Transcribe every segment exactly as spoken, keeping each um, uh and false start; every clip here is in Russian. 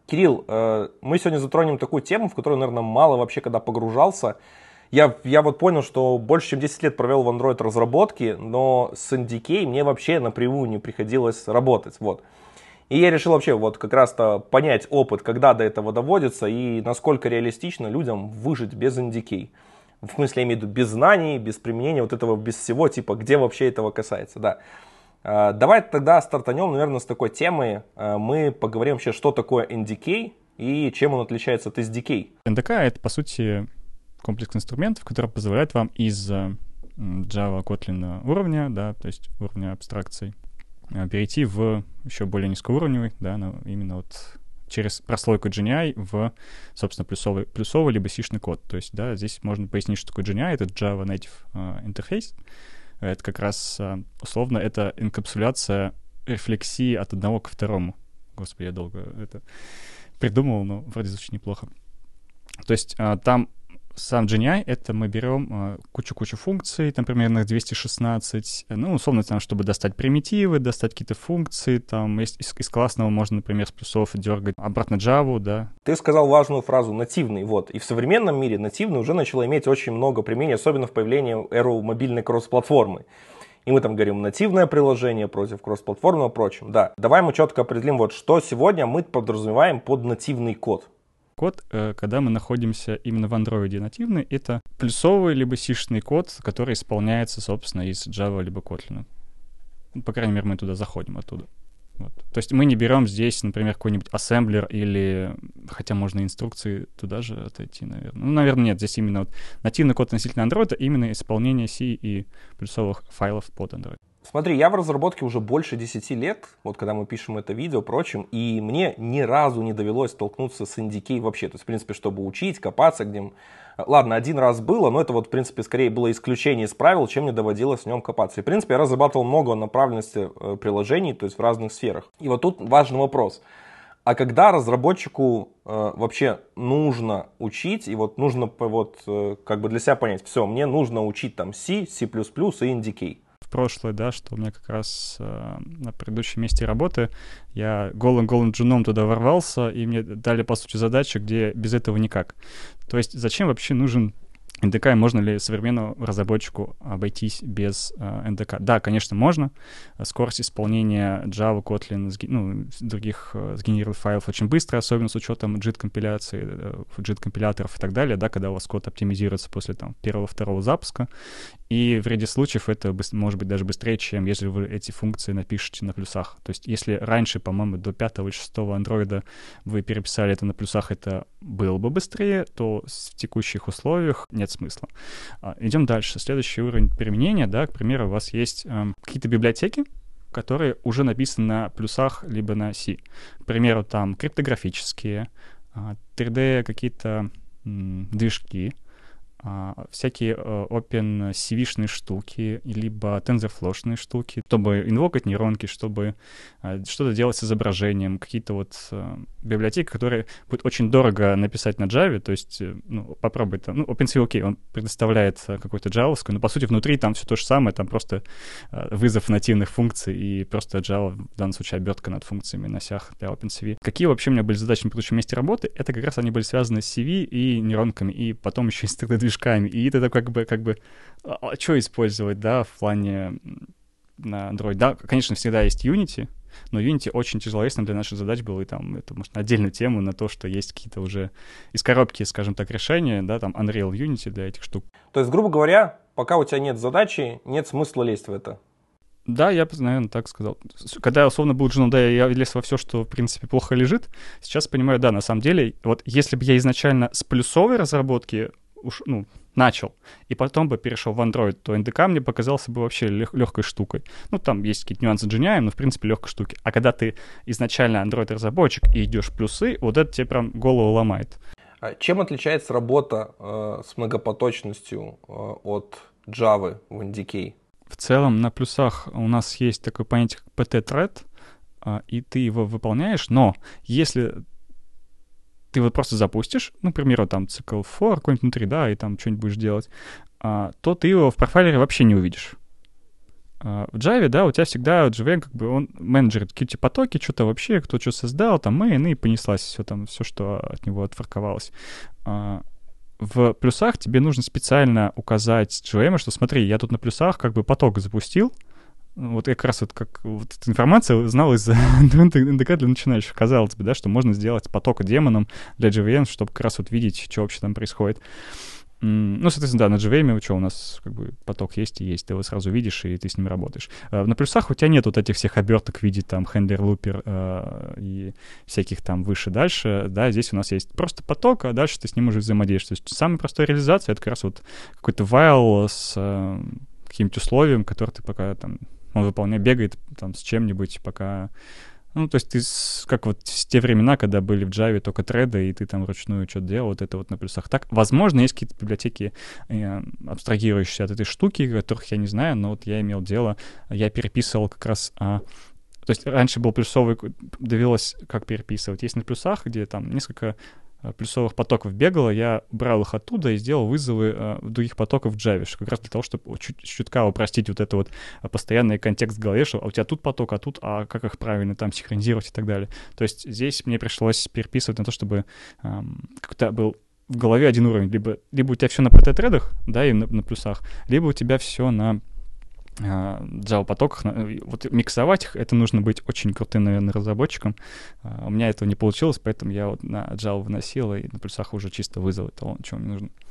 Кирилл, э, мы сегодня затронем такую тему, в которую, наверное, мало вообще когда погружался. Я, я вот понял, что больше чем десять лет провел в Android разработке, но с эн ди кей мне вообще напрямую не приходилось работать. Вот. И я решил вообще вот как раз-то понять опыт, когда до этого доводится и насколько реалистично людям выжить без эн ди кей. В смысле, я имею в виду без знаний, без применения вот этого, без всего, типа, где вообще этого касается, да. А, давай тогда стартанем, наверное, с такой темы. А, мы поговорим вообще, что такое эн ди кей и чем он отличается от эс ди кей. эн ди кей — это, по сути, комплекс инструментов, который позволяет вам из Java, Kotlin уровня, да, то есть уровня абстракций, перейти в еще более низкоуровневый, да, но именно вот через прослойку джи эн ай в, собственно, плюсовый, плюсовый либо си-шный код. То есть, да, здесь можно пояснить, что такое джи эн ай. Это Java Native uh, Interface. Это как раз, uh, условно, это инкапсуляция рефлексии от одного ко второму. Господи, я долго это придумал, но вроде звучит неплохо. То есть uh, там сам джи эн ай — это мы берем uh, кучу-кучу функций, там примерно двести шестнадцать, ну, условно, там, чтобы достать примитивы, достать какие-то функции, там, из, из классного можно, например, с плюсов дергать обратно Java, да. Ты сказал важную фразу «нативный», вот, и в современном мире нативный уже начал иметь очень много применений, особенно в появлении эру мобильной кросс-платформы. И мы там говорим нативное приложение против кросс-платформного и прочим, да. Давай мы четко определим, вот, что сегодня мы подразумеваем под нативный код. Код, когда мы находимся именно в Android нативный, это плюсовый либо си-шный код, который исполняется, собственно, из Java либо Kotlin. По крайней мере, мы туда заходим оттуда. Вот. То есть мы не берем здесь, например, какой-нибудь ассемблер или... Хотя можно инструкции туда же отойти, наверное. Ну, наверное, нет. Здесь именно вот нативный код относительно Android — именно исполнение C и плюсовых файлов под Android. Смотри, я в разработке уже больше десяти лет, вот когда мы пишем это видео, прочим, и мне ни разу не довелось столкнуться с эн ди кей вообще. То есть, в принципе, чтобы учить, копаться, где... Ладно, один раз было, но это вот, в принципе, скорее было исключение из правил, чем мне доводилось в нем копаться. И, в принципе, я разрабатывал много направленностей э, приложений, то есть в разных сферах. И вот тут важный вопрос. А когда разработчику э, вообще нужно учить, и вот нужно вот, э, как бы для себя понять, все, мне нужно учить там C, C++ и эн ди кей. Прошлое, да, что у меня как раз э, на предыдущем месте работы я голым-голым джуном туда ворвался, и мне дали, по сути, задачи, где без этого никак. То есть зачем вообще нужен эн ди кей? Можно ли современному разработчику обойтись без э, эн ди кей? Да, конечно, можно. Скорость исполнения Java, Kotlin, ну, других э, сгенерированных файлов очень быстро, особенно с учетом джит-компиляции, э, джит-компиляторов и так далее, да, когда у вас код оптимизируется после там, первого-второго запуска. И в ряде случаев это может быть даже быстрее, чем если вы эти функции напишете на плюсах. То есть если раньше, по-моему, до пятого или шестого андроида вы переписали это на плюсах, это было бы быстрее, то в текущих условиях нет смысла. Идем дальше. Следующий уровень применения, да, к примеру, у вас есть э, какие-то библиотеки, которые уже написаны на плюсах либо на C. К примеру, там криптографические, э, три дэ какие-то м, движки, Uh, всякие uh, OpenCV-шные штуки, либо TensorFlow-шные штуки, чтобы инвокать нейронки, чтобы uh, что-то делать с изображением, какие-то вот uh, библиотеки, которые будет очень дорого написать на Java, то есть, uh, ну, попробуй там, ну, OpenCV, окей, он предоставляет uh, какой-то джавовский, но, по сути, внутри там все то же самое, там просто uh, вызов нативных функций и просто Java, в данном случае, обертка над функциями на сях для OpenCV. Какие вообще у меня были задачи на предыдущем месте работы? Это как раз они были связаны с си ви и нейронками, и потом еще и с три дэ движками. И это как бы, как бы, а, что использовать, да, в плане на Android? Да, конечно, всегда есть Unity, но Unity очень тяжеловесным для наших задач был, и там, это, может, на отдельную тему, на то, что есть какие-то уже из коробки, скажем так, решения, да, там Unreal Unity для этих штук. То есть, грубо говоря, пока у тебя нет задачи, нет смысла лезть в это. Да, я бы, наверное, так сказал. Когда я условно был джуном, да, я лез во все, что, в принципе, плохо лежит. Сейчас понимаю, да, на самом деле, вот если бы я изначально с плюсовой разработки уж, ну, начал, и потом бы перешел в Android, то эн ди кей мне показался бы вообще лег- легкой штукой. Ну, там есть какие-то нюансы джи эн ай, но, в принципе, легкой штуки. А когда ты изначально Android-разработчик и идешь в плюсы, вот это тебе прям голову ломает. Чем отличается работа э, с многопоточностью э, от Java в эн ди кей? В целом на плюсах у нас есть такое понятие, как пи ти-thread, э, и ты его выполняешь, но если ты вот просто запустишь, ну, к примеру, там цикл for какой-нибудь внутри, да, и там что-нибудь будешь делать, а, то ты его в профайлере вообще не увидишь. В Java, да, у тебя всегда джей ви эм, как бы, он менеджерит какие-то потоки, что-то вообще, кто что создал, там, main, и понеслась все там, все, что от него отворковалось. В плюсах тебе нужно специально указать джей ви эм, что смотри, я тут на плюсах как бы поток запустил, вот как раз вот как вот эта информация узнала из эн ди кей для начинающих, казалось бы, да, что можно сделать поток демоном для джей ви эм, чтобы как раз вот видеть, что вообще там происходит. Ну, соответственно, да, на джей ви эм что у нас как бы поток есть и есть, ты его сразу видишь, и ты с ним работаешь. На плюсах у тебя нет вот этих всех оберток в виде там хендлер, лупер э, и всяких там выше-дальше, да, здесь у нас есть просто поток, а дальше ты с ним уже взаимодействуешь. То есть самая простая реализация — это как раз вот какой-то while с э, каким-нибудь условием, которое ты пока там, он выполняет, бегает там с чем-нибудь, пока... Ну, то есть ты, с, как вот в те времена, когда были в Java только треды, и ты там вручную что-то делал, вот это вот на плюсах. Так, возможно, есть какие-то библиотеки, э, абстрагирующиеся от этой штуки, которых я не знаю, но вот я имел дело, я переписывал как раз... А, то есть раньше был плюсовый, довелось как переписывать. Есть на плюсах, где там несколько плюсовых потоков бегало, я брал их оттуда и сделал вызовы э, других потоков в Java, как раз для того, чтобы чуть, чутка упростить вот это вот постоянный контекст в голове, что а у тебя тут поток, а тут, а как их правильно там синхронизировать и так далее. То есть здесь мне пришлось переписывать на то, чтобы э, как-то был в голове один уровень. Либо, либо у тебя все на пи ти-тредах, да, и на, на плюсах, либо у тебя все на Java-потоках. Вот миксовать их, это нужно быть очень крутым, наверное, разработчиком. У меня этого не получилось, поэтому я вот на Java выносил, и на плюсах уже чисто вызовы того, чего мне нужно.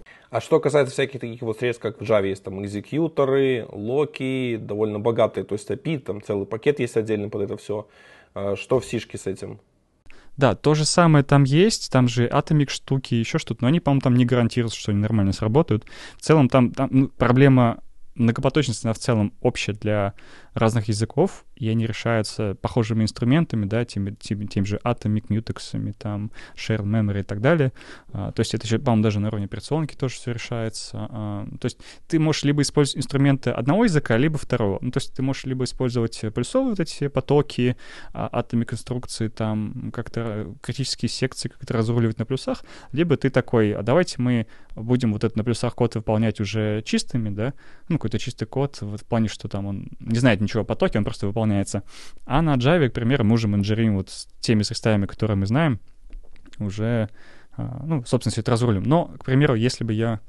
А что касается всяких таких вот средств, как в Java есть там экзекьюторы, локи, довольно богатые, то есть эй пи ай, там целый пакет есть отдельный под это все. Что в сишке с этим? Да, то же самое там есть, там же Atomic штуки, еще что-то, но они, по-моему, там не гарантируют, что они нормально сработают. В целом там, там ну, проблема многопоточности, она в целом общая для разных языков, и они решаются похожими инструментами, да, тем, тем, тем же Atomic, Mutex'ами, там, Shared Memory и так далее. А, то есть это еще, по-моему, даже на уровне операционки тоже все решается. А, то есть ты можешь либо использовать инструменты одного языка, либо второго. Ну, то есть ты можешь либо использовать плюсовые вот эти потоки, Atomic инструкции, там, как-то критические секции как-то разруливать на плюсах, либо ты такой, а давайте мы будем вот этот на плюсах код выполнять уже чистыми, да, ну, какой-то чистый код в плане, что там он не знает ничего о потоке, он просто выполняется. А на Java, к примеру, мы уже менеджерим вот с теми средствами, которые мы знаем, уже, ну, собственно, все это разрулим. Но, к примеру, если бы я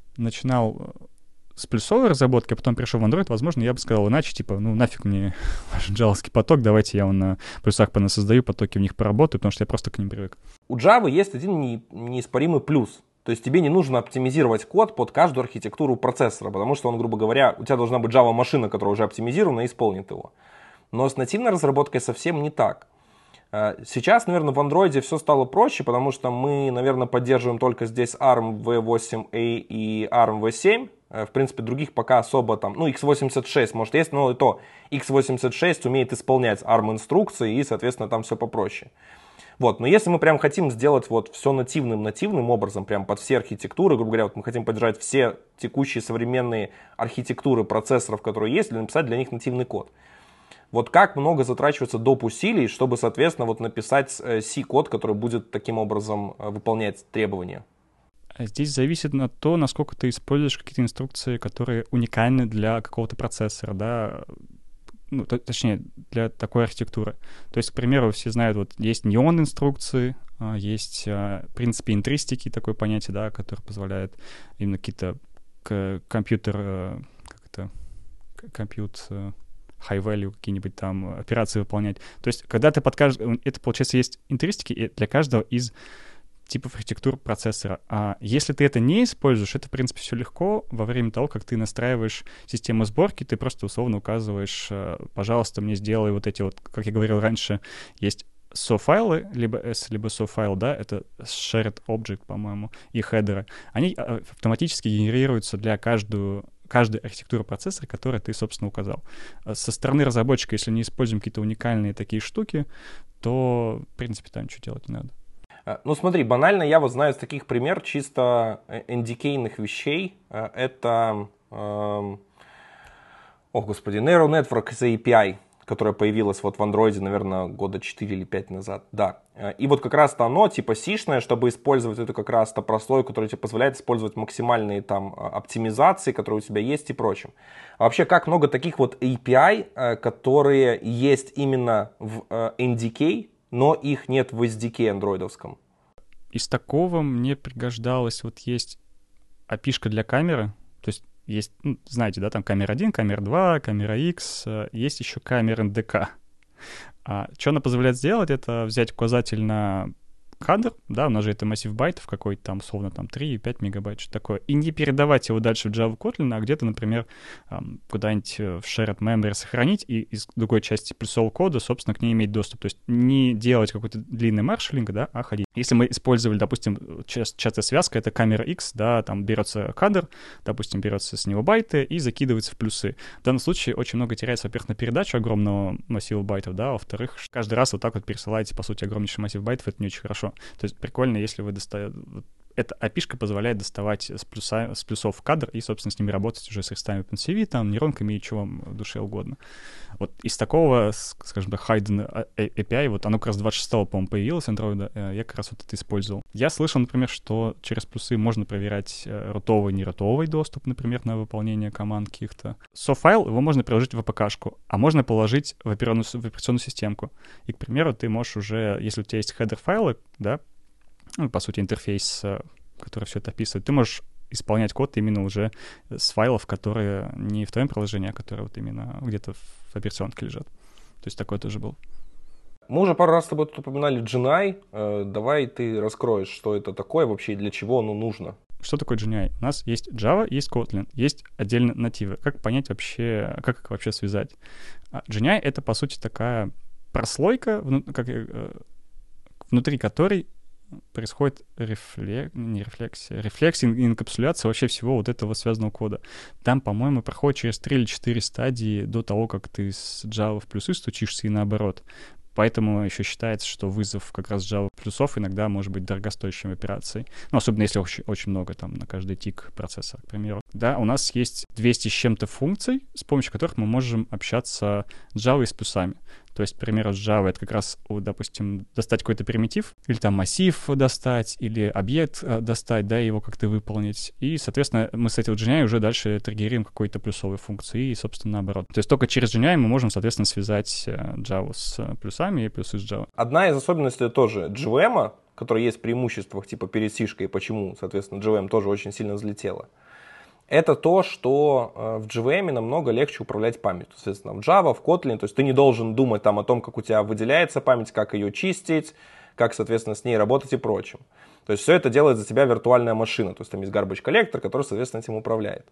начинал с плюсовой разработки, а потом пришел в Android, возможно, я бы сказал иначе, типа, ну, нафиг мне ваш джавовский поток, давайте я на плюсах понасоздаю, потоки в них поработаю, потому что я просто к ним привык. У Java есть один не, неиспоримый плюс. То есть тебе не нужно оптимизировать код под каждую архитектуру процессора, потому что он, грубо говоря, у тебя должна быть Java-машина, которая уже оптимизирована и исполнит его. Но с нативной разработкой совсем не так. Сейчас, наверное, в Android все стало проще, потому что мы, наверное, поддерживаем только здесь арм ви восемь эй и арм ви семь. В принципе, других пока особо там, ну, икс восемьдесят шесть может есть, но и то икс восемьдесят шесть умеет исполнять арм-инструкции, и, соответственно, там все попроще. Вот, но если мы прям хотим сделать вот все нативным-нативным образом, прям под все архитектуры, грубо говоря, вот мы хотим поддержать все текущие современные архитектуры процессоров, которые есть, или написать для них нативный код. Вот как много затрачивается доп. Усилий, чтобы, соответственно, вот написать C-код, который будет таким образом выполнять требования? Здесь зависит на то, насколько ты используешь какие-то инструкции, которые уникальны для какого-то процессора, да, ну, то, точнее, для такой архитектуры. То есть, к примеру, все знают, вот есть неон-инструкции, есть, в принципе, интристики, такое понятие, да, которое позволяет именно какие-то компьютер, как это, компьют high-value какие-нибудь там операции выполнять. То есть, когда ты под каждым... Это, получается, есть интристики для каждого из типов архитектур процессора. А если ты это не используешь, это, в принципе, все легко. Во время того, как ты настраиваешь систему сборки, ты просто условно указываешь, пожалуйста, мне сделай вот эти вот, как я говорил раньше, есть so-файлы, либо S, либо so-файл, да, это shared object, по-моему, и хедеры. Они автоматически генерируются для каждую каждой архитектуры процессора, которую ты, собственно, указал. Со стороны разработчика, если не используем какие-то уникальные такие штуки, то, в принципе, там ничего делать не надо. Ну смотри, банально я вот знаю из таких примеров чисто эн ди кей-ных вещей. Это, э, о господи, Neural Network из эй пи ай, которое появилось вот в Android, наверное, года четыре или пять назад, да. И вот как раз-то оно типа сишное, чтобы использовать эту как раз-то прослойку, которая тебе позволяет использовать максимальные там оптимизации, которые у тебя есть и прочим. А вообще, как много таких вот эй пи ай, которые есть именно в эн ди кей, но их нет в эс ди кей андроидовском? Из такого мне пригождалось, вот есть эй пи ай-шка для камеры, то есть есть, ну, знаете, да, там камера один, камера два, камера X, есть еще камера эн ди кей. А что она позволяет сделать, это взять указатель на кадр, да, у нас же это массив байтов какой-то там, условно, там три-пять мегабайт, что такое, и не передавать его дальше в Java Kotlin, а где-то, например, куда-нибудь в shared memory сохранить и из другой части плюсового кода, собственно, к ней иметь доступ. То есть не делать какой-то длинный маршалинг, да, а ходить. Если мы использовали, допустим, частая связка, это камера X, да, там берется кадр, допустим, берется с него байты и закидывается в плюсы. В данном случае очень много теряется, во-первых, на передачу огромного массива байтов, да, во-вторых, каждый раз вот так вот пересылаете, по сути, огромнейший массив байтов, это не очень хорошо. То есть прикольно, если вы достаете... Эта эй пи ай-шка позволяет доставать с, плюса, с плюсов кадр и, собственно, с ними работать уже с рестами OpenCV, там, нейронками и чего вам в душе угодно. Вот из такого, скажем так, hidden эй пи ай, вот оно как раз двадцать шестого, по-моему, появилось, Android, я как раз вот это использовал. Я слышал, например, что через плюсы можно проверять рутовый, не рутовый доступ, например, на выполнение команд каких-то. Софайл, его можно приложить в эй пи кей-шку, а можно положить в операционную, в операционную системку. И, к примеру, ты можешь уже, если у тебя есть хедер-файлы, да, ну, по сути, интерфейс, который все это описывает, ты можешь исполнять код именно уже с файлов, которые не в твоем приложении, а которые вот именно где-то в операционке лежат. То есть такое тоже было. Мы уже пару раз с тобой тут упоминали джи эн ай. Э, давай ты раскроешь, что это такое вообще и для чего оно нужно. Что такое джи эн ай? У нас есть Java, есть Kotlin, есть отдельно нативы. Как понять вообще, как их вообще связать? джи эн ай — это, по сути, такая прослойка, как, внутри которой происходит рефлек... не рефлексия, рефлексия и инкапсуляция вообще всего вот этого связанного кода. Там, по-моему, проходит через три или четыре стадии до того, как ты с Java в плюсы стучишься и наоборот. Поэтому еще считается, что вызов как раз Java плюсов иногда может быть дорогостоящей операцией. Ну, особенно если очень, очень много там на каждый тик процессора, к примеру. Да, у нас есть двести с чем-то функций, с помощью которых мы можем общаться с Java и с плюсами. То есть, к примеру, с Java это как раз, допустим, достать какой-то примитив, или там массив достать, или объект достать, да, его как-то выполнить. И, соответственно, мы с этого джи эн ай уже дальше триггерим какой-то плюсовой функции, и, собственно, наоборот. То есть только через джи эн ай мы можем, соответственно, связать Java с плюсами и плюсы с Java. Одна из особенностей тоже джи ви эм, который есть в преимуществах типа перед сишкой, и почему, соответственно, джи ви эм тоже очень сильно взлетела. Это то, что в джи ви эм намного легче управлять памятью. Соответственно, в Java, в Kotlin, то есть ты не должен думать там о том, как у тебя выделяется память, как ее чистить, как, соответственно, с ней работать и прочим. То есть все это делает за тебя виртуальная машина. То есть там есть garbage collector, который, соответственно, этим управляет.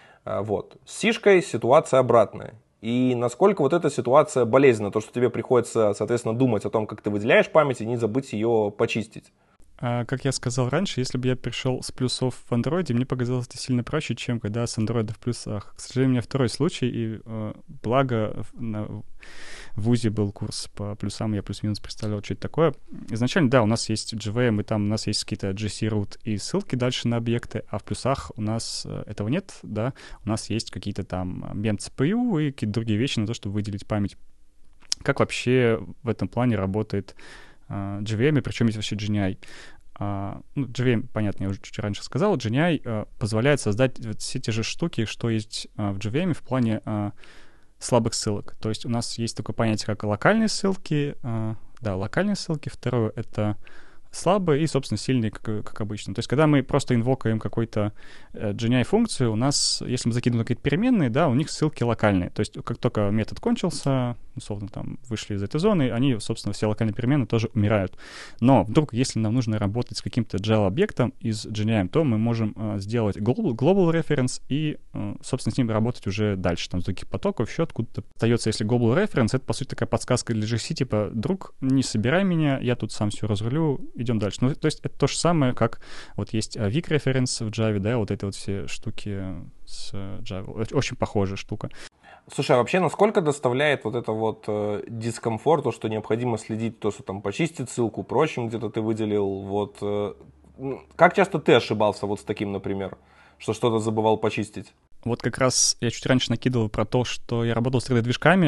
Вот. С сишкой ситуация обратная. И насколько вот эта ситуация болезненна, то, что тебе приходится, соответственно, думать о том, как ты выделяешь память, и не забыть ее почистить. А, как я сказал раньше, если бы я пришел с плюсов в андроиде, мне показалось это сильно проще, чем когда с андроида в плюсах. К сожалению, у меня второй случай, и э, благо на, в ВУЗе был курс по плюсам, я плюс-минус представлял, что это такое. Изначально, да, у нас есть джи ви эм, и там у нас есть какие-то джи си-root и ссылки дальше на объекты, а в плюсах у нас этого нет, да, у нас есть какие-то там мем си пи ю и какие-то другие вещи на то, чтобы выделить память. Как вообще в этом плане работает джи ви эм, и причем есть вообще джи эн ай. Uh, ну, джи ви эм, понятно, я уже чуть раньше сказал, джи эн ай uh, позволяет создать вот все те же штуки, что есть uh, в джи ви эм в плане uh, слабых ссылок. То есть у нас есть такое понятие, как локальные ссылки. Uh, да, локальные ссылки. Второе — это слабые и, собственно, сильные, как, как обычно. То есть когда мы просто инвокаем какой-то uh, джи эн ай-функцию, у нас, если мы закидываем какие-то переменные, да, у них ссылки локальные. То есть как только метод кончился, условно, там, вышли из этой зоны, они, собственно, все локальные переменные тоже умирают. Но вдруг, если нам нужно работать с каким-то Java-объектом из джи эн ай, то мы можем uh, сделать global, global reference и, uh, собственно, с ним работать уже дальше. Там, с других потоков, еще откуда-то остается, если global reference, это, по сути, такая подсказка для джи си, типа, друг, не собирай меня, я тут сам все разрулю, идем дальше. Ну, то есть это то же самое, как вот есть weak reference в Java, да, вот эти вот все штуки с Java. Очень похожая штука. Слушай, а вообще насколько доставляет вот это вот э, дискомфорт, то, что необходимо следить, то, что там почистить ссылку, прочим, где-то ты выделил, вот, э, как часто ты ошибался вот с таким, например, что что-то забывал почистить? Вот как раз я чуть раньше накидывал про то, что я работал с три дэ-движками,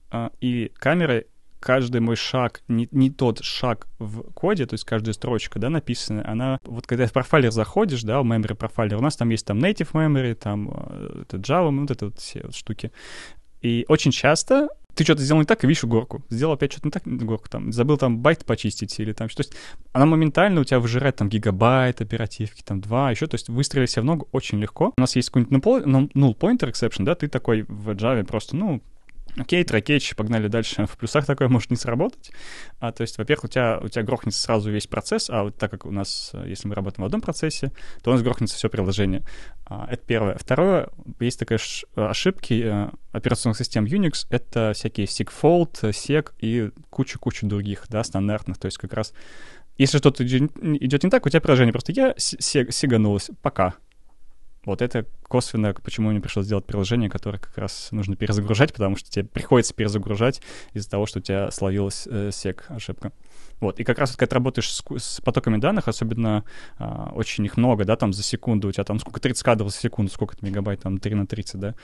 а, и камеры, каждый мой шаг, не, не тот шаг в коде, то есть каждая строчка, да, написанная, она, вот когда в профайлер заходишь, да, в memory профайлер, у нас там есть там native memory, там это Java, вот это вот все вот штуки. И очень часто ты что-то сделал не так и видишь горку. Сделал опять что-то не так, горку там, забыл там байт почистить или там что-то. То есть она моментально у тебя выжирает там гигабайт оперативки, там два, еще, то есть выстроили себе в ногу очень легко. У нас есть какой-нибудь null pointer exception, да, ты такой в Java просто, ну, окей, трекетч, погнали дальше. В плюсах такое может не сработать. А, то есть, во-первых, у тебя, у тебя грохнется сразу весь процесс, а вот так как у нас, если мы работаем в одном процессе, то у нас грохнется все приложение. А, это первое. Второе, есть такая ш- ошибки э, операционных систем Unix, это всякие segfault, seg и куча-куча других, да, стандартных. То есть как раз, если что-то идет не так, у тебя приложение просто я сеганулось, пока. Вот это косвенно, почему мне пришлось сделать приложение, которое как раз нужно перезагружать, потому что тебе приходится перезагружать из-за того, что у тебя словилась э, сек ошибка. Вот, и как раз вот, когда ты работаешь с, с потоками данных, особенно а, очень их много, да, там за секунду, у тебя там сколько, тридцать кадров за секунду, сколько это мегабайт, там три на тридцать, да,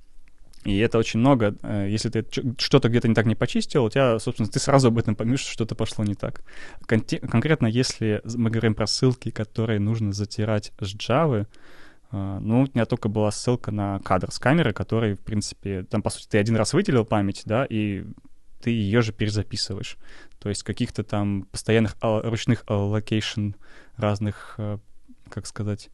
и это очень много. Если ты что-то где-то не так не почистил, у тебя, собственно, ты сразу об этом поймешь, что что-то пошло не так. Кон- конкретно, если мы говорим про ссылки, которые нужно затирать с Java, Uh, ну, у меня только была ссылка на кадр с камеры, который, в принципе, там, по сути, ты один раз выделил память, да, и ты ее же перезаписываешь. То есть каких-то там постоянных а, ручных allocation разных, а, как сказать,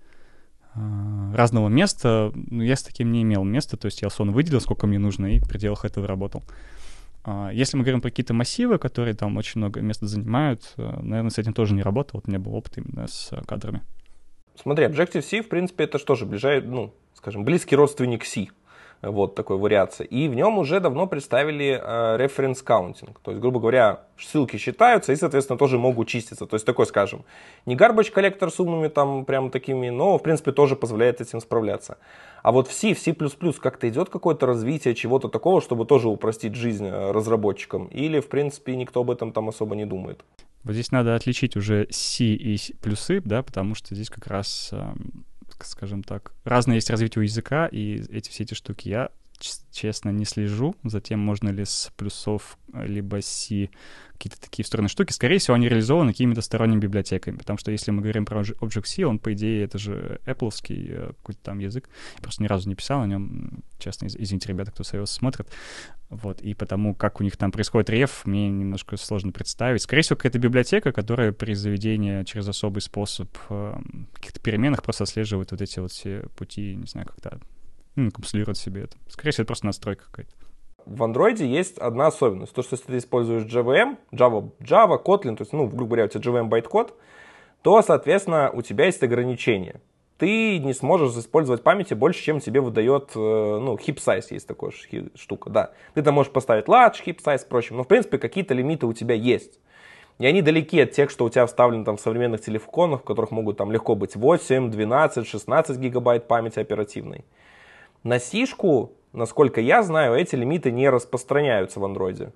а, разного места, ну, я с таким не имел места, то есть я сон выделил, сколько мне нужно, и в пределах этого работал. А, если мы говорим про какие-то массивы, которые там очень много места занимают, наверное, с этим тоже не работал, вот у меня был опыт именно с кадрами. Смотри, Objective-C, в принципе, это что же, ближай, ну, скажем, близкий родственник C, вот такой вариации. И в нем уже давно представили э, reference counting. То есть, грубо говоря, ссылки считаются и, соответственно, тоже могут чиститься. То есть, такой, скажем, не garbage коллектор с умными там прям такими, но, в принципе, тоже позволяет этим справляться. А вот в C, в C++ как-то идет какое-то развитие чего-то такого, чтобы тоже упростить жизнь разработчикам? Или, в принципе, никто об этом там особо не думает? Вот здесь надо отличить уже C и плюсы, да, потому что здесь как раз, скажем так, разное есть развитие у языка, и эти все эти штуки я, честно, не слежу за тем, можно ли с плюсов либо с C какие-то такие встроенные штуки. Скорее всего, они реализованы какими-то сторонними библиотеками, потому что если мы говорим про Objective-C, он, по идее, это же Apple-овский какой-то там язык. Я просто ни разу не писал о нем, честно, извините, ребята, кто с iOS смотрит. Вот, и потому, как у них там происходит реф, мне немножко сложно представить. Скорее всего, какая-то библиотека, которая при заведении через особый способ э, каких-то переменных просто отслеживает вот эти вот все пути, не знаю, как-то ну, капсулирует себе это. Скорее всего, это просто настройка какая-то. В Android есть одна особенность. То, что если ты используешь джей ви эм, Java, Java, Kotlin, то есть, ну, грубо говоря, у тебя джей ви эм байткод, то, соответственно, у тебя есть ограничения. Ты не сможешь использовать памяти больше, чем тебе выдает, ну, heap size, есть такая штука, да. Ты там можешь поставить large, heap size, прочим, но, в принципе, какие-то лимиты у тебя есть. И они далеки от тех, что у тебя вставлены там в современных телефонах, в которых могут там легко быть восемь, двенадцать, шестнадцать гигабайт памяти оперативной. На C-шку, насколько я знаю, эти лимиты не распространяются в Android.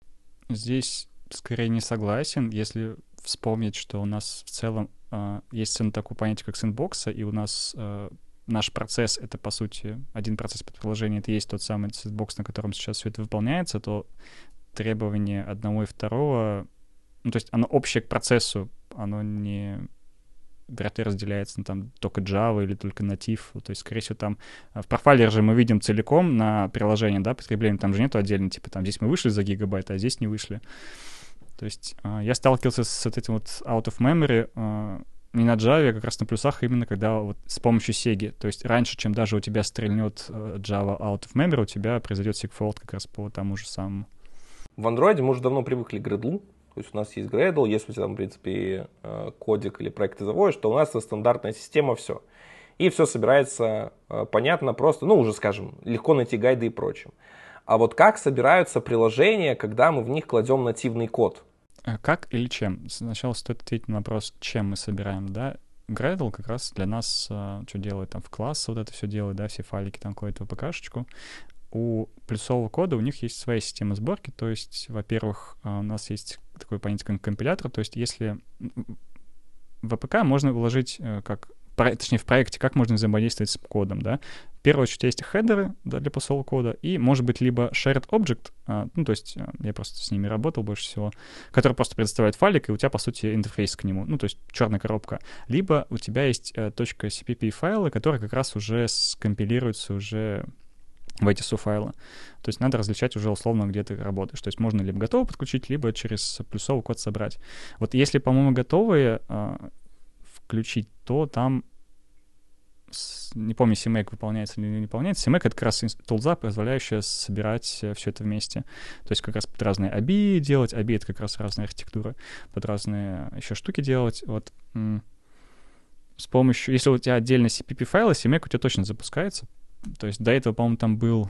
Здесь скорее не согласен, если вспомнить, что у нас в целом э, есть такое понятие, как сэндбокса, и у нас э, наш процесс — это, по сути, один процесс под приложение, это есть тот самый сэндбокс, на котором сейчас все это выполняется, то требование одного и второго, ну, то есть оно общее к процессу, оно не вряд ли разделяется на там только Java или только Native. То есть, скорее всего, там в профайлере же мы видим целиком на приложение, да, потребление, там же нету отдельно, типа там здесь мы вышли за гигабайт, а здесь не вышли. То есть я сталкивался с вот этим вот out of memory не на Java, а как раз на плюсах именно когда вот с помощью сеги. То есть раньше, чем даже у тебя стрельнет Java out of memory, у тебя произойдет segfault как раз по тому же самому. В Android мы уже давно привыкли к Gradle. То есть у нас есть Gradle, если у тебя там, в принципе, кодик или проект ты заводишь, то у нас это стандартная система, все. И все собирается понятно, просто, ну, уже, скажем, легко найти гайды и прочее. А вот как собираются приложения, когда мы в них кладем нативный код? Как или чем? Сначала стоит ответить на вопрос, чем мы собираем, да? Gradle как раз для нас что делает, там в класс вот это все делает, да, все файлики там кладет в ПКшечку. У плюсового кода у них есть своя система сборки, то есть, во-первых, у нас есть такое понятие, как компилятор, то есть если в АПК можно вложить как точнее, в проекте, как можно взаимодействовать с кодом, да. В первую очередь есть хедеры, да, для посола кода, и, может быть, либо shared object, а, ну, то есть я просто с ними работал больше всего, который просто предоставляет файлик, и у тебя, по сути, интерфейс к нему, ну, то есть черная коробка. Либо у тебя есть э, .cpp файлы, которые как раз уже скомпилируются уже в эти су-файлы. То есть надо различать уже условно, где ты работаешь. То есть можно либо готово подключить, либо через плюсовый код собрать. Вот если, по-моему, готовые э, включить, то там, с, не помню, си мейк выполняется или не выполняется. си мейк — это как раз тулза, позволяющая собирать все это вместе. То есть как раз под разные эй би ай делать. эй би ай — это как раз разные архитектуры. Под разные еще штуки делать. Вот с помощью... Если у тебя отдельно си пи пи-файлы, си мейк у тебя точно запускается. То есть до этого, по-моему, там был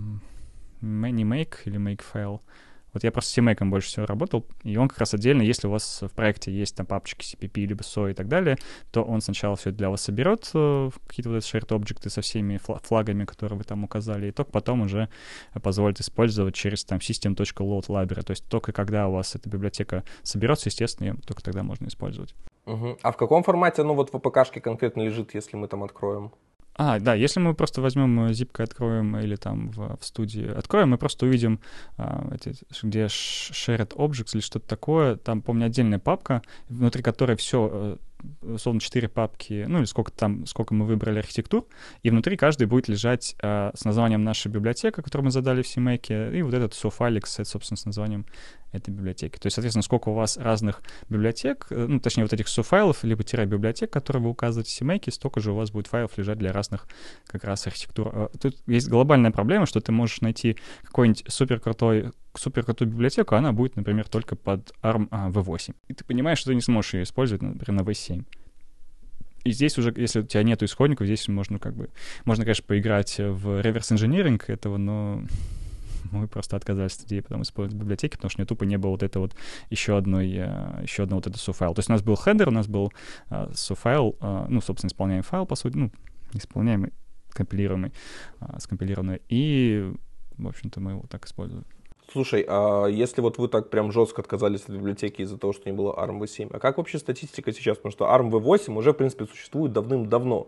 не make или make file. Вот я просто с си мейк больше всего работал, и он как раз отдельно, если у вас в проекте есть там папочки си пи пи, либо эс о и так далее, то он сначала все это для вас соберет, какие-то вот эти shared объекты со всеми флагами, которые вы там указали, и только потом уже позволит использовать через там system.load library. То есть только когда у вас эта библиотека соберется, естественно, ее только тогда можно использовать. Угу. А в каком формате, ну вот в эй пи кашке конкретно лежит, если мы там откроем? А, да, если мы просто возьмем зипкой откроем или там в, в студии откроем, мы просто увидим, а, эти, где shared objects или что-то такое. Там, помню, отдельная папка, внутри которой все, условно, четыре папки, ну или сколько там, сколько мы выбрали архитектур, и внутри каждый будет лежать а, с названием наша библиотека, которую мы задали в си мейк, и вот этот со-файлик, собственно, с названием этой библиотеки. То есть, соответственно, сколько у вас разных библиотек, ну, точнее, вот этих со-файлов, либо тире-библиотек, которые вы указываете в си мейк, столько же у вас будет файлов лежать для разных как раз архитектур. Тут есть глобальная проблема, что ты можешь найти какой-нибудь суперкрутой, суперкрутую библиотеку, а она будет, например, только под арм а, ви восемь. И ты понимаешь, что ты не сможешь ее использовать, например, на ви семь. И здесь уже, если у тебя нету исходников, здесь можно как бы... Можно, конечно, поиграть в реверс-инжиниринг этого, но... Мы просто отказались от идеи потом использовать библиотеки, потому что у меня тупо не было вот это вот еще одной, еще одного вот это со-файл. То есть у нас был хедер, у нас был uh, со-файл, uh, ну, собственно, исполняемый файл, по сути, ну, исполняемый, компилируемый, uh, скомпилированный, и, в общем-то, мы его так использовали. Слушай, а если вот вы так прям жестко отказались от библиотеки из-за того, что не было арм ви семь, а как вообще статистика сейчас? Потому что арм ви восемь уже, в принципе, существует давным-давно.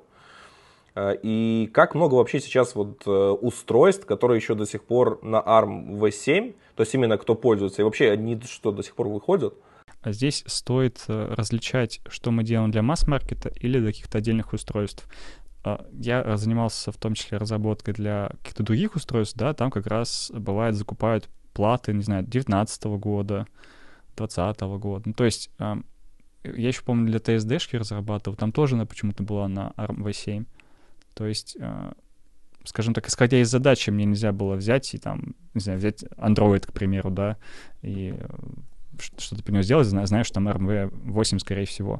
И как много вообще сейчас вот устройств, которые еще до сих пор на арм ви семь, то есть именно кто пользуется, и вообще они что до сих пор выходят? Здесь стоит различать, что мы делаем для масс-маркета или для каких-то отдельных устройств. Я занимался в том числе разработкой для каких-то других устройств, да, там как раз бывает закупают платы, не знаю, девятнадцатого года, двадцатого года. Ну, то есть я еще помню для ти эс ди-шки разрабатывал, там тоже она почему-то была на арм ви семь. То есть, скажем так, исходя из задачи, мне нельзя было взять и там, не знаю, взять Android, к примеру, да, и что-то по нему сделать, зная, что там арм ви восемь, скорее всего.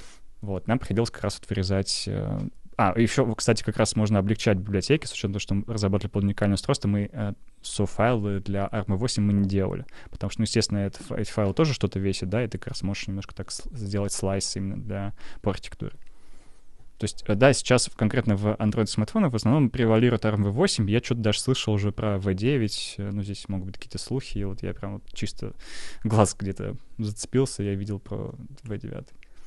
Вот, нам приходилось как раз вот вырезать... А, еще, кстати, как раз можно облегчать библиотеки, с учетом того, что мы разработали под уникальное устройство, мы со-файлы для арм ви восемь мы не делали, потому что, ну, естественно, это, эти файлы тоже что-то весят, да, и ты как раз можешь немножко так сделать слайс именно для, по архитектуре. То есть, да, сейчас конкретно в Android-смартфонах в основном превалирует арм ви восемь. Я что-то даже слышал уже про ви девять. Ну, здесь могут быть какие-то слухи. И вот я прям вот чисто глаз где-то зацепился, я видел про ви девять.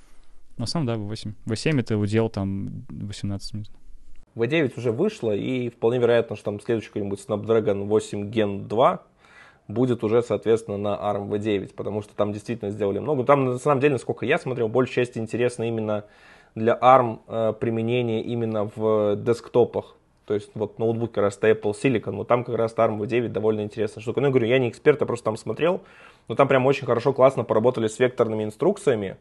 Но сам, да, ви восемь. ви семь — это удел там восемнадцать минут. ви девять уже вышло, и вполне вероятно, что там следующий какой-нибудь Snapdragon восемь ген два будет уже, соответственно, на арм ви девять, потому что там действительно сделали много. Там, на самом деле, насколько я смотрел, большая часть интересна именно для арм э, применение именно в десктопах. То есть вот ноутбук как раз Apple Silicon, вот там как раз арм ви девять довольно интересная штука. Ну, я говорю, я не эксперт, я просто там смотрел, но там прям очень хорошо, классно поработали с векторными инструкциями,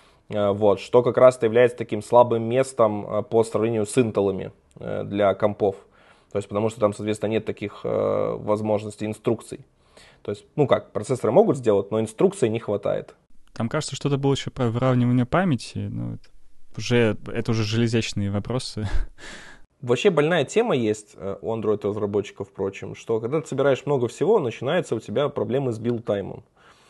э, вот, что как раз является таким слабым местом э, по сравнению с интелами э, для компов. То есть потому что там, соответственно, нет таких э, возможностей инструкций. То есть, ну как, процессоры могут сделать, но инструкций не хватает. Там, кажется, что-то было еще про выравнивание памяти, ну, это... Уже, это уже железячные вопросы. Вообще больная тема есть у Android-разработчиков, впрочем, что когда ты собираешь много всего, начинаются у тебя проблемы с билд-таймом.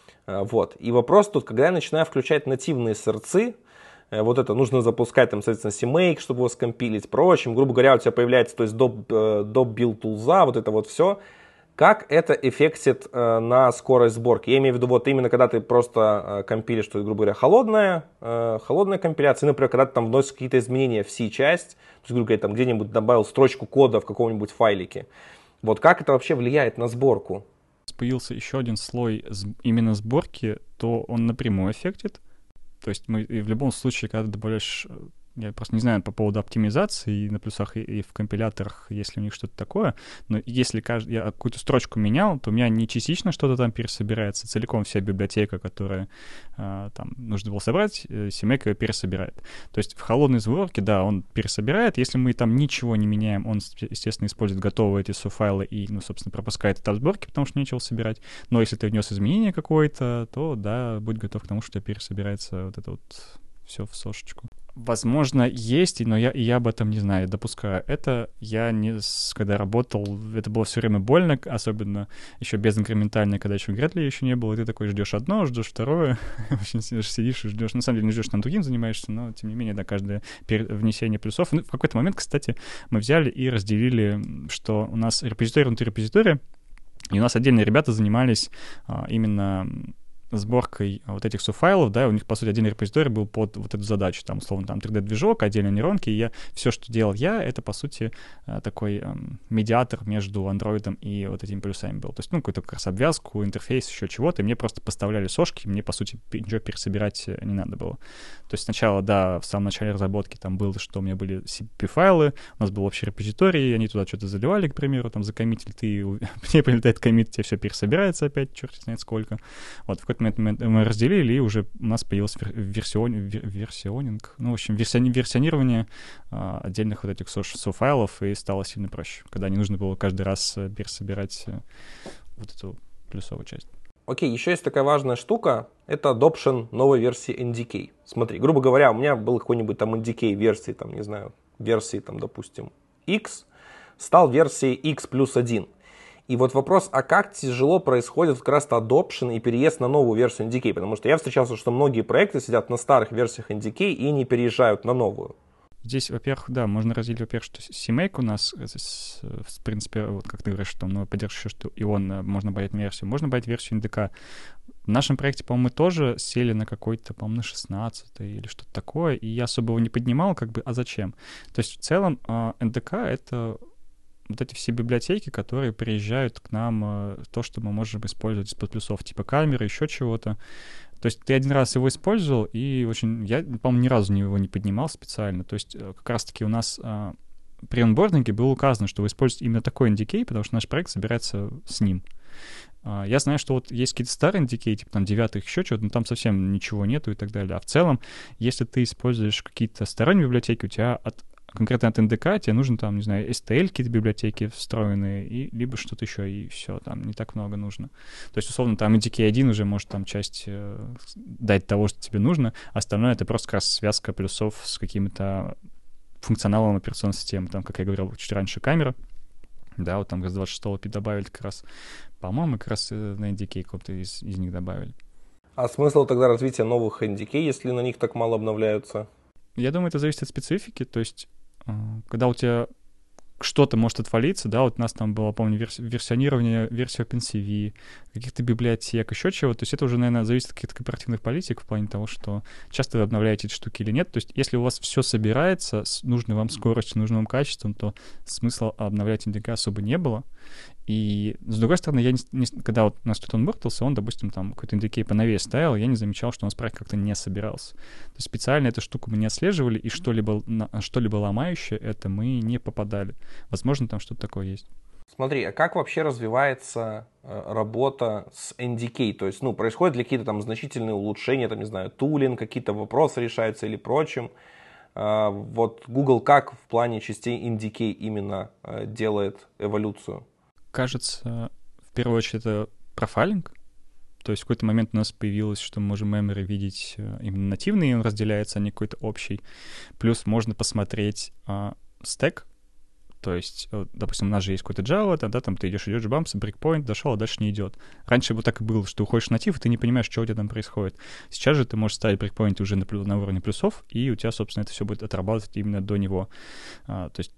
Вот. И вопрос тут, когда я начинаю включать нативные сорцы, вот это нужно запускать, там, соответственно, си мейк, чтобы его скомпилить, прочим. Грубо говоря, у тебя появляется, то есть, доп, доп build тулза, вот это вот все. Как это эффектит э, на скорость сборки? Я имею в виду, вот именно когда ты просто э, компилишь, что, грубо говоря, холодная, э, холодная компиляция, например, когда ты там вносишь какие-то изменения в C-часть, то есть, грубо говоря, там где-нибудь добавил строчку кода в каком-нибудь файлике. Вот как это вообще влияет на сборку? Появился еще один слой именно сборки, то он напрямую эффектит. То есть мы в любом случае, когда ты добавляешь... Я просто не знаю по поводу оптимизации и на плюсах, и, и в компиляторах, если у них что-то такое. Но если каждый, я какую-то строчку менял, то у меня не частично что-то там пересобирается, целиком вся библиотека, которая а, там нужно было собрать, CMake ее пересобирает. То есть в холодной сборке, да, он пересобирает. Если мы там ничего не меняем, он, естественно, использует готовые эти софайлы и, ну, собственно, пропускает этап сборки, потому что нечего собирать. Но если ты внес изменение какое-то, то, да, будь готов к тому, что у тебя пересобирается вот это вот все в сошечку. Возможно, есть, но я, я об этом не знаю, допускаю. Это я, не, когда работал, это было все время больно, особенно еще без инкрементальной, когда еще Гретли еще не было, и ты такой ждешь одно, ждешь второе, сидишь и ждешь. На самом деле не ждешь, там другим занимаешься, но, тем не менее, да, каждое внесение плюсов. Ну, в какой-то момент, кстати, мы взяли и разделили, что у нас репозиторий внутри репозитория, и у нас отдельные ребята занимались а, именно... сборкой вот этих софайлов, да, у них, по сути, отдельный репозиторий был под вот эту задачу, там, условно, там, три дэ-движок, отдельные нейронки, и я, все, что делал я, это, по сути, такой эм, медиатор между андроидом и вот этими плюсами был. То есть, ну, какую-то как раз обвязку, интерфейс, еще чего-то, и мне просто поставляли сошки, мне, по сути, ничего пересобирать не надо было. То есть сначала, да, в самом начале разработки там было, что у меня были си пи-файлы, у нас был общий репозиторий, они туда что-то заливали, к примеру, там, закоммитили, ты, мне прилетает коммит, тебе все пересобирается опять, черт знает сколько. Вот, в какой-то момент мы разделили, и уже у нас появился версион, версионинг, ну, в общем, версиони, версионирование а, отдельных вот этих софайлов, и стало сильно проще, когда не нужно было каждый раз пересобирать вот эту плюсовую часть. Окей, еще есть такая важная штука, это adoption новой версии эн ди кей. Смотри, грубо говоря, у меня был какой-нибудь там эн ди кей версии, там, не знаю, версии, там, допустим, X, стал версией X плюс один. И вот вопрос, а как тяжело происходит как раз adoption и переезд на новую версию эн ди кей? Потому что я встречался, что многие проекты сидят на старых версиях эн ди кей и не переезжают на новую. Здесь, во-первых, да, можно разделить, во-первых, что CMake у нас, в принципе, вот как ты говоришь, что он поддерживает, что и он, можно добавить версию, можно добавить версию эн ди кей. В нашем проекте, по-моему, мы тоже сели на какой-то, по-моему, на шестнадцатый или что-то такое, и я особо его не поднимал, как бы, а зачем? То есть в целом эн ди кей — это вот эти все библиотеки, которые приезжают к нам, то, что мы можем использовать из-под плюсов, типа камеры, еще чего-то. То есть ты один раз его использовал, и очень... Я, по-моему, ни разу его не поднимал специально. То есть как раз-таки у нас а, при онбординге было указано, что вы используете именно такой эн ди кей, потому что наш проект собирается с ним. А, я знаю, что вот есть какие-то старые эн ди кей, типа там девятых, еще что-то, но там совсем ничего нету и так далее. А в целом, если ты используешь какие-то сторонние библиотеки, у тебя от конкретно от эн ди кей тебе нужно там, не знаю, эс ти эл какие-то библиотеки встроенные, и, либо что-то еще, и все, там не так много нужно. То есть, условно, там эн ди кей один уже может там часть э, дать того, что тебе нужно, остальное — это просто как раз связка плюсов с каким-то функционалом операционной системы. Там, как я говорил чуть раньше, камера, да, вот там с двадцать шестого пи добавили как раз, по-моему, как раз на эн ди кей какой-то из, из них добавили. А смысл тогда развития новых эн ди кей, если на них так мало обновляются? Я думаю, это зависит от специфики, то есть когда у тебя что-то может отвалиться, да, вот у нас там было, помню, верси- версионирование версии OpenCV, каких-то библиотек, еще чего, то есть это уже, наверное, зависит от каких-то корпоративных политик в плане того, что часто вы обновляете эти штуки или нет, то есть если у вас все собирается с нужной вам скоростью, нужным вам качеством, то смысла обновлять эн ди кей особо не было. И, с другой стороны, я не, не, когда вот у нас тут онбордился, он, допустим, там какой-то эн ди кей поновее ставил, я не замечал, что у нас проект как-то не собирался. То есть специально эту штуку мы не отслеживали, и что-либо, на, что-либо ломающее, это мы не попадали. Возможно, там что-то такое есть. Смотри, а как вообще развивается э, работа с эн ди кей? То есть, ну, происходят ли какие-то там значительные улучшения, там, не знаю, тулинг, какие-то вопросы решаются или прочим? Э, вот Google как в плане частей эн ди кей именно э, делает эволюцию? Кажется, в первую очередь это профайлинг. То есть в какой-то момент у нас появилось, что мы можем memory видеть именно нативный, он разделяется, а не какой-то общий. Плюс можно посмотреть а, стек. То есть, допустим, у нас же есть какой-то Java, тогда там ты идешь, идешь, бамс, брейкпоинт, дошел, а дальше не идет. Раньше вот так и было, что уходишь в натив, и ты не понимаешь, что у тебя там происходит. Сейчас же ты можешь ставить брейкпоинт уже на, на уровне плюсов, и у тебя, собственно, это все будет отрабатывать именно до него. А, то есть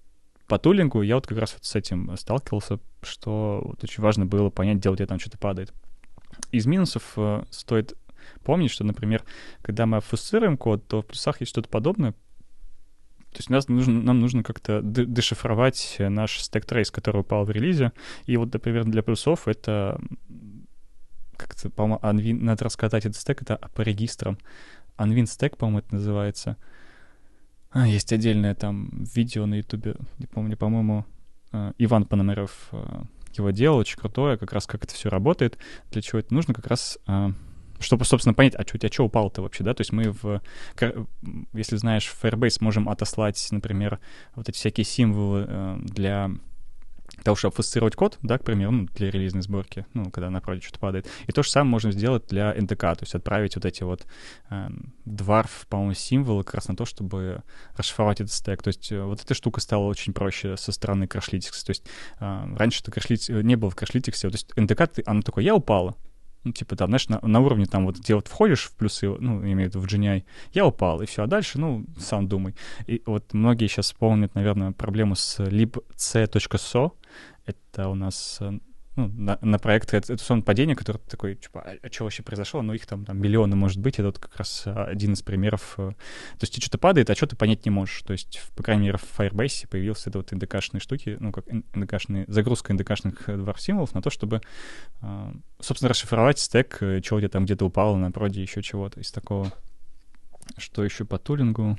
по тулингу я вот как раз вот с этим сталкивался, что вот очень важно было понять, где у тебя там что-то падает. Из минусов э, стоит помнить, что, например, когда мы обфусцируем код, то в плюсах есть что-то подобное. То есть нас нужно, нам нужно как-то дешифровать наш stack trace, который упал в релизе. И вот, например, для плюсов это как-то, по-моему, unwin, надо раскатать этот стек, это по регистрам. Unwin stack, по-моему, это называется. А, есть отдельное там видео на ютубе, не помню, по-моему, Иван Пономарев его делал, очень крутое, как раз как это все работает, для чего это нужно, как раз чтобы, собственно, понять, а что у тебя что упало-то вообще, да, то есть мы, в, если знаешь, в Firebase можем отослать, например, вот эти всякие символы для того, чтобы обфусцировать код, да, к примеру, ну, для релизной сборки, ну, когда на проде что-то падает. И то же самое можно сделать для эн дэ ка, то есть отправить вот эти вот э, дварф, по-моему, символы как раз на то, чтобы расшифровать этот стек. То есть э, вот эта штука стала очень проще со стороны Crashlytics. То есть э, раньше-то Crashlytics не было в Crashlytics, то есть эн дэ ка, ты, она такой, я упала. Ну, типа, там, знаешь, на, на уровне там вот, где вот входишь в плюсы, ну, имею в виду в джи эн ай, я упал, и все, а дальше, ну, сам думай. И вот многие сейчас помнят, наверное, проблему с libc.so, это у нас, ну, на, на проекты, это, это сон падения, который такой, типа, а, а что вообще произошло? Ну, их там, там миллионы, может быть, это вот как раз один из примеров. То есть тебе что-то падает, а что ты понять не можешь. То есть, по крайней мере, в Firebase появилась эта вот эн дэ ка-шные штуки, ну, как эн дэ ка-шные, загрузка эн дэ ка-шных дварф-символов на то, чтобы, собственно, расшифровать стек, чего у тебя там где-то упало на проде, еще чего-то из такого. Что еще по тулингу?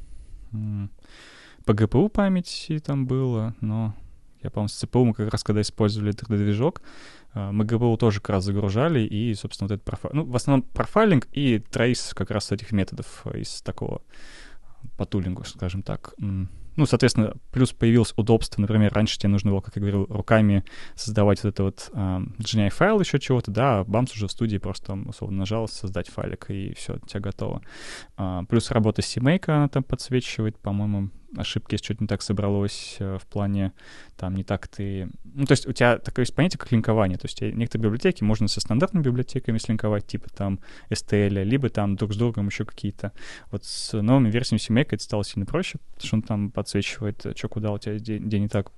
По джи пи ю памяти там было, но... Я, по-моему, с си пи ю мы как раз, когда использовали три дэ-движок, мы джи пи ю тоже как раз загружали, и, собственно, вот этот профайлинг... Ну, в основном профайлинг и трейс как раз этих методов из такого по тулингу, скажем так. Ну, соответственно, плюс появилось удобство. Например, раньше тебе нужно было, как я говорил, руками создавать вот это вот джи эн ай-файл еще чего-то, да, а бамс уже в студии просто там, условно, нажал создать файлик, и все, у тебя готово. Плюс работа CMake, она там подсвечивает, по-моему, ошибки, если что-то не так собралось в плане, там, не так ты... Ну, то есть у тебя такое есть понятие, как линкование. То есть некоторые библиотеки можно со стандартными библиотеками слинковать, типа там эс ти эл, либо там друг с другом еще какие-то. Вот с новыми версиями CMake это стало сильно проще, потому что он там подсвечивает, что куда у тебя, где, где не так.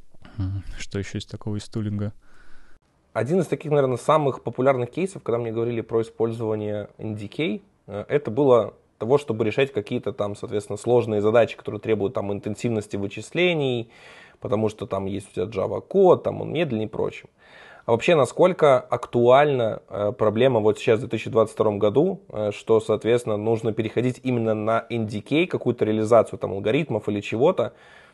Что еще из такого из тулинга? Один из таких, наверное, самых популярных кейсов, когда мне говорили про использование эн ди кей, это было того, чтобы решать какие-то там, соответственно, сложные задачи, которые требуют там интенсивности вычислений, потому что там есть у тебя Java-код, там он медленный и прочим. А вообще, насколько актуальна э, проблема вот сейчас в две тысячи двадцать втором году, э, что, соответственно, нужно переходить именно на эн ди кей, какую-то реализацию там алгоритмов или чего-то,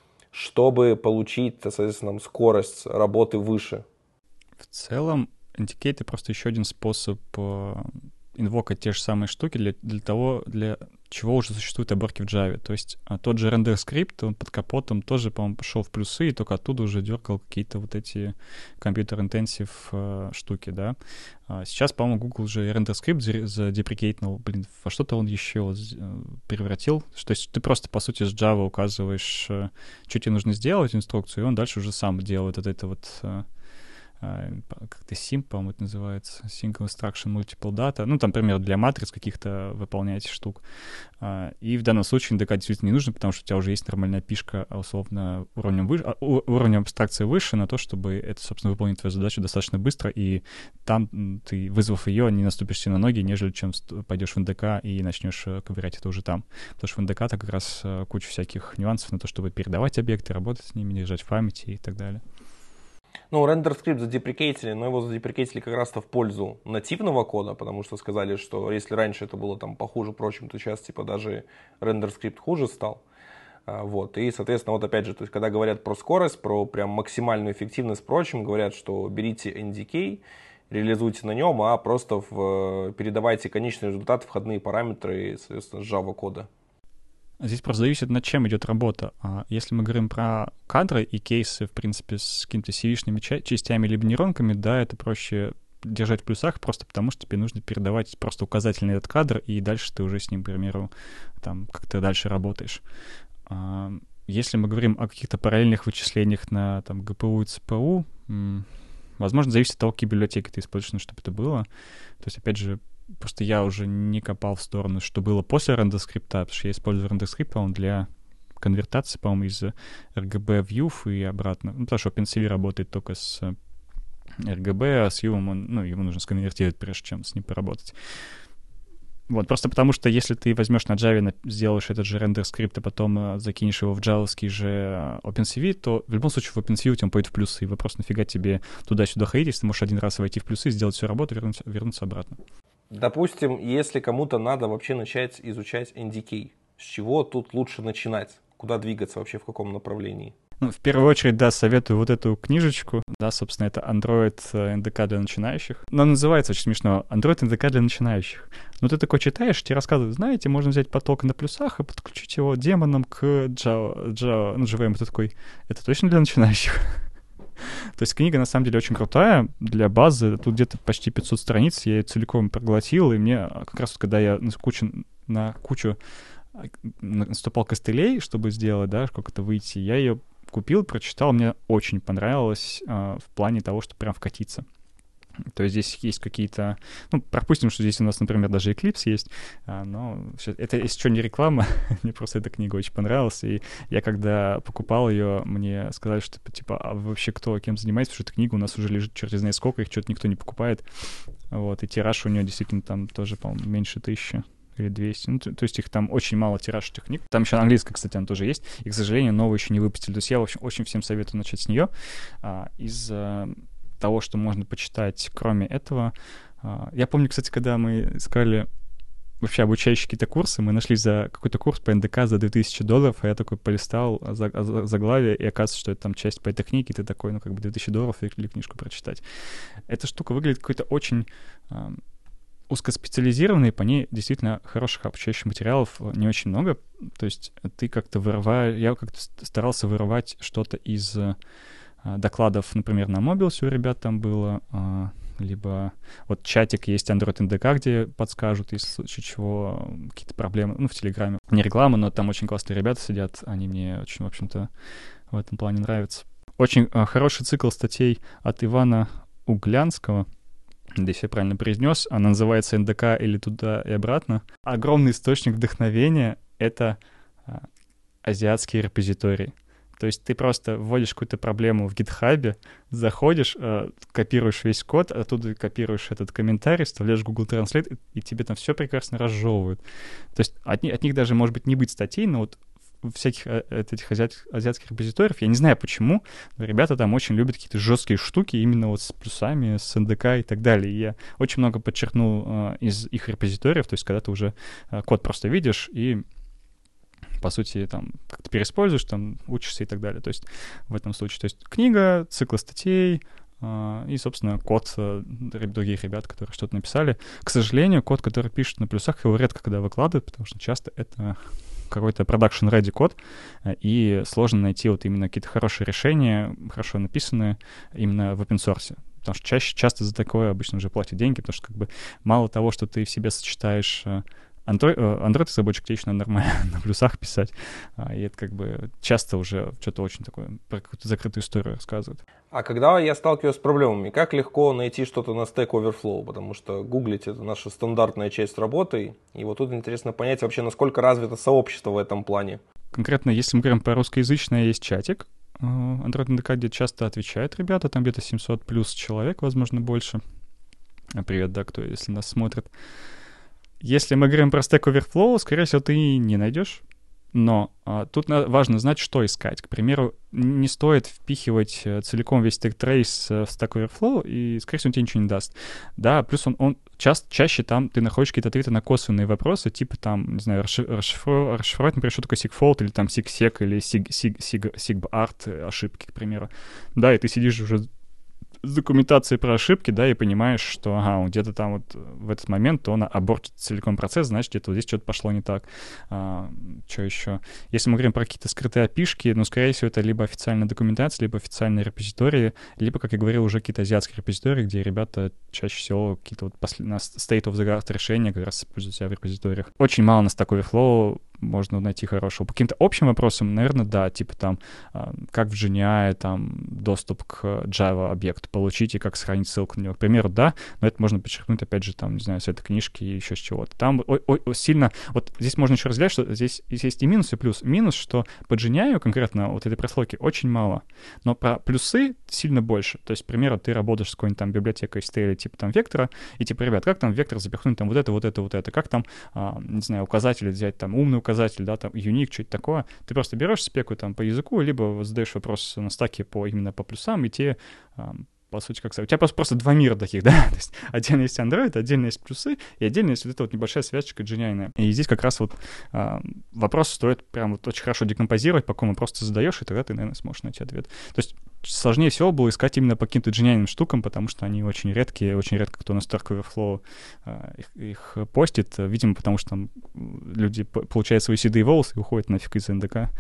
чтобы получить, соответственно, скорость работы выше? В целом, эн ди кей — это просто еще один способ э, инвокать те же самые штуки для, для того, для чего уже существуют оборки в Java. То есть а, тот же рендер скрипт, он под капотом тоже, по-моему, пошел в плюсы, и только оттуда уже дергал какие-то вот эти компьютер-интенсив э, штуки, да. А сейчас, по-моему, Google уже рендер скрипт задеприкейтнул, блин, во что-то он еще превратил. То есть ты просто, по сути, с Java указываешь, э, что тебе нужно сделать, инструкцию, и он дальше уже сам делает вот это вот... Э, как-то сим, по-моему, это называется, Single Instruction Multiple Data, ну, там, например, для матриц каких-то выполнять штук. И в данном случае эн дэ ка действительно не нужно, потому что у тебя уже есть нормальная пишка, условно, уровнем, выше, уровнем абстракции выше на то, чтобы это, собственно, выполнить твою задачу достаточно быстро, и там ты, вызвав ее, не наступишь себе на ноги, нежели чем пойдешь в эн дэ ка и начнешь ковырять это уже там. Потому что в эн дэ ка-то как раз куча всяких нюансов на то, чтобы передавать объекты, работать с ними, держать в памяти и так далее. Ну, рендер скрипт задеприкейтили, но его задеприкейтили как раз-то в пользу нативного кода, потому что сказали, что если раньше это было там похуже прочим, то сейчас типа даже рендер скрипт хуже стал. Вот. И, соответственно, вот опять же, то есть, когда говорят про скорость, про прям максимальную эффективность прочим, говорят, что берите эн ди кей, реализуйте на нем, а просто в, передавайте конечный результат, входные параметры, соответственно, Java кода. Здесь просто зависит, над чем идет работа. Если мы говорим про кадры и кейсы, в принципе, с какими-то си ви-шными частями либо нейронками, да, это проще держать в плюсах, просто потому что тебе нужно передавать просто указательный этот кадр, и дальше ты уже с ним, к примеру, там, как-то дальше работаешь. Если мы говорим о каких-то параллельных вычислениях на там, джи пи ю и си пи ю, возможно, зависит от того, какие библиотеки ты используешь, чтобы это было. То есть, опять же, просто я уже не копал в сторону, что было после рендер-скрипта, потому что я использую рендер-скрипт, он для конвертации, по-моему, из эр джи би в ю эф и обратно. Ну, потому что OpenCV работает только с эр джи би, а с ю эф он, ну, его нужно сконвертировать, прежде чем с ним поработать. Вот, просто потому что если ты возьмешь на Java, сделаешь этот же рендер-скрипт, а потом uh, закинешь его в джавовский же OpenCV, то в любом случае в OpenCV у тебя он пойдет в плюсы. И вопрос, нафига тебе туда-сюда ходить, если ты можешь один раз войти в плюсы, сделать всю работу, вернуться, вернуться обратно. Допустим, если кому-то надо вообще начать изучать эн ди кей, с чего тут лучше начинать? Куда двигаться вообще, в каком направлении? Ну, в первую очередь, да, советую вот эту книжечку. Да, собственно, это Android эн ди кей для начинающих. Но называется очень смешно. Android эн ди кей для начинающих. Ну, ты такой читаешь, тебе рассказывают, знаете, можно взять поток на плюсах и подключить его демоном к Java, Java ну, джей ви эм. Ты такой, это точно для начинающих? То есть книга, на самом деле, очень крутая для базы. Тут где-то почти пятьсот страниц, я ее целиком проглотил, и мне как раз, когда я на кучу, на кучу наступал костылей, чтобы сделать, да, как-то выйти, я ее купил, прочитал, мне очень понравилось э, в плане того, что прям вкатиться. То есть здесь есть какие-то... Ну, пропустим, что здесь у нас, например, даже Eclipse есть, а, но это, если что, не реклама, мне просто эта книга очень понравилась, и я, когда покупал ее, мне сказали, что, типа, а вы вообще кто, кем занимаетесь, потому что эта книга у нас уже лежит черт знает сколько, их что-то никто не покупает, вот, и тираж у нее действительно там тоже, по-моему, меньше тысячи. Или двести. Ну, то, то есть их там очень мало тираж этих книг. Там еще на английском, кстати, она тоже есть. И, к сожалению, новую еще не выпустили. То есть я, в общем, очень всем советую начать с нее. А, из а, того, что можно почитать, кроме этого. А, я помню, кстати, когда мы искали вообще обучающие какие-то курсы, мы нашли за какой-то курс по эн ди кей за две тысячи долларов, а я такой полистал заглавие, и оказывается, что это там часть по этой книге, и ты такой, ну, как бы две тысячи долларов или книжку прочитать. Эта штука выглядит какой-то очень... А, узкоспециализированные, по ней действительно хороших обучающих материалов не очень много. То есть ты как-то вырываешь... Я как-то старался вырывать что-то из а, докладов, например, на Mobius у ребят там было, а, либо вот чатик есть Android эн ди кей, где подскажут, если в случае чего какие-то проблемы, ну, в Телеграме. Не реклама, но там очень классные ребята сидят, они мне очень, в общем-то, в этом плане нравятся. Очень а, хороший цикл статей от Ивана Углянского, если я правильно произнес, она называется эн ди кей или туда и обратно. Огромный источник вдохновения — это а, азиатские репозитории. То есть ты просто вводишь какую-то проблему в гитхабе, заходишь, а, копируешь весь код, оттуда копируешь этот комментарий, вставляешь в Google Translate, и, и тебе там все прекрасно разжевывают. То есть от, от них даже, может быть, не быть статей, но вот всяких этих азиатских, азиатских репозиториев, я не знаю почему, но ребята там очень любят какие-то жесткие штуки именно вот с плюсами, с эн ди кей и так далее. И я очень много подчеркнул э, из их репозиториев, то есть когда ты уже э, код просто видишь и, по сути, там как-то переиспользуешь, там учишься и так далее. То есть в этом случае, то есть книга, цикл статей, Uh, и, собственно, код uh, других ребят, которые что-то написали. К сожалению, код, который пишут на плюсах, его редко когда выкладывают, потому что часто это какой-то production-ready код, и сложно найти вот именно какие-то хорошие решения, хорошо написанные именно в open-source. Потому что чаще, часто за такое обычно уже платят деньги, потому что как бы мало того, что ты в себе сочетаешь Android, Android-разработчик, тебе еще надо нормально на плюсах писать. И это как бы часто уже что-то очень такое, про какую-то закрытую историю рассказывают. А когда я сталкиваюсь с проблемами, как легко найти что-то на Stack Overflow? Потому что гуглить — это наша стандартная часть работы. И вот тут интересно понять вообще, насколько развито сообщество в этом плане. Конкретно, если мы говорим про русскоязычное, есть чатик Android эн ди кей, где часто отвечают ребята, там где-то семьсот плюс человек, возможно, больше. Привет, да, кто, если нас смотрит. Если мы говорим про Stack Overflow, скорее всего, ты не найдешь. Но а, тут на, важно знать, что искать. К примеру, не стоит впихивать целиком весь тег трейс в Stack Overflow, и, скорее всего, он тебе ничего не даст. Да, плюс он, он часто, чаще там ты находишь какие-то ответы на косвенные вопросы, типа там, не знаю, расшифровать, расшифровать например, что такое sigfault, или там sig-sec, или sig-art ошибки, к примеру. Да, и ты сидишь уже с документацией про ошибки, да, и понимаешь, что, ага, где-то там вот в этот момент он абортит целиком процесс, значит, где-то вот здесь что-то пошло не так. А, что еще? Если мы говорим про какие-то скрытые опишки, ну, скорее всего, это либо официальная документация, либо официальные репозитории, либо, как я говорил, уже какие-то азиатские репозитории, где ребята чаще всего какие-то вот послед... на state of the art решения как раз используют себя в репозиториях. Очень мало на Stack Overflow можно найти хорошего. По каким-то общим вопросам, наверное, да, типа там, как в джи эн ай там доступ к Java объекту получить и как сохранить ссылку на него. К примеру, да, но это можно подчеркнуть, опять же, там, не знаю, с этой книжки и еще с чего-то. Там ой, ой, сильно... Вот здесь можно еще разделять, что здесь есть и минус, и плюс. Минус, что по джи эн ай конкретно вот этой прослойки очень мало, но про плюсы сильно больше. То есть, к примеру, ты работаешь с какой-нибудь там библиотекой стейли типа там вектора, и типа, ребят, как там в вектор запихнуть там вот это, вот это, вот это, как там, а, не знаю, указатели взять, там умный указатель, да, там юник, что-то такое. Ты просто берешь спеку там по языку, либо задаешь вопрос на стаке по именно по плюсам, и те а, по сути, как сказать, у тебя просто, просто два мира таких, да, то есть отдельно есть Android, отдельно есть плюсы, и отдельно есть вот эта вот небольшая связочка джи эн ай. И здесь как раз вот а, вопрос стоит прям вот очень хорошо декомпозировать, по какому просто задаешь, и тогда ты, наверное, сможешь найти ответ. То есть сложнее всего было искать именно по каким-то джи эн ай штукам, потому что они очень редкие, очень редко кто на Stack Overflow а, их, их постит, видимо, потому что там люди получают свои седые волосы и уходят нафиг из эн дэ ка.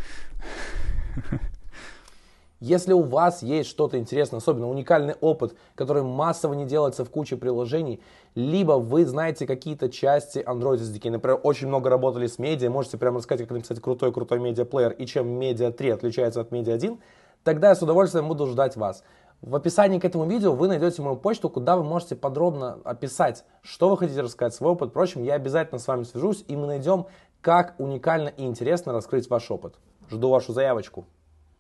Если у вас есть что-то интересное, особенно уникальный опыт, который массово не делается в куче приложений, либо вы знаете какие-то части Android эс ди кей, например, очень много работали с медиа, можете прямо рассказать, как написать крутой-крутой медиаплеер и чем медиа три отличается от медиа один, тогда я с удовольствием буду ждать вас. В описании к этому видео вы найдете мою почту, куда вы можете подробно описать, что вы хотите рассказать, свой опыт. Впрочем, я обязательно с вами свяжусь, и мы найдем, как уникально и интересно раскрыть ваш опыт. Жду вашу заявочку.